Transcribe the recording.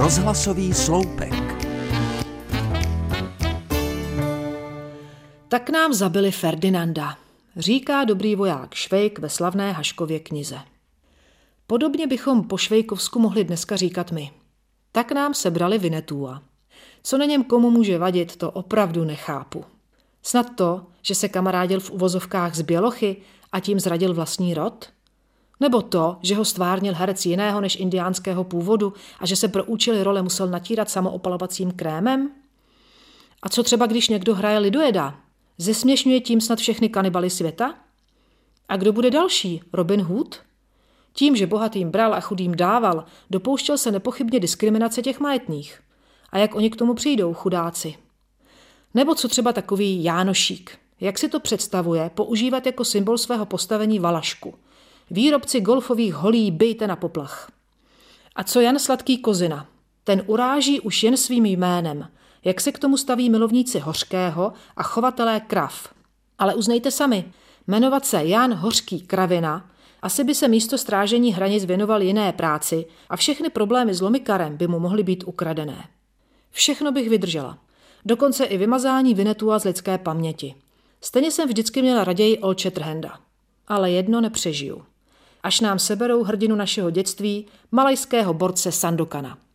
Rozhlasový sloupek. Tak nám zabili Ferdinanda, říká dobrý voják Švejk ve slavné Haškově knize. Podobně bychom po švejkovsku mohli dneska říkat my. Tak nám sebrali Vinetua. Co na něm komu může vadit, to opravdu nechápu. Snad to, že se kamarádil v uvozovkách z bělochy a tím zradil vlastní rod? Nebo to, že ho stvárnil herec jiného než indiánského původu a že se pro účely role musel natírat samoopalovacím krémem? A co třeba, když někdo hraje lidojeda? Zesměšňuje tím snad všechny kanibaly světa? A kdo bude další? Robin Hood? Tím, že bohatým bral a chudým dával, dopouštěl se nepochybně diskriminace těch majetných. A jak oni k tomu přijdou, chudáci? Nebo co třeba takový Jánošík? Jak si to představuje používat jako symbol svého postavení valašku? Výrobci golfových holí bijte na poplach. A co Jan Sladký Kozina? Ten uráží už jen svým jménem. Jak se k tomu staví milovníci hořkého a chovatelé krav? Ale uznejte sami, jmenovat se Jan Hořký Kravina, asi by se místo strážení hranic věnoval jiné práci a všechny problémy s lomikarem by mu mohly být ukradené. Všechno bych vydržela. Dokonce i vymazání Vinetua z lidské paměti. Stejně jsem vždycky měla raději Old Shatterhanda. Ale jedno nepřežiju. Až nám seberou hrdinu našeho dětství, malajského borce Sandokana.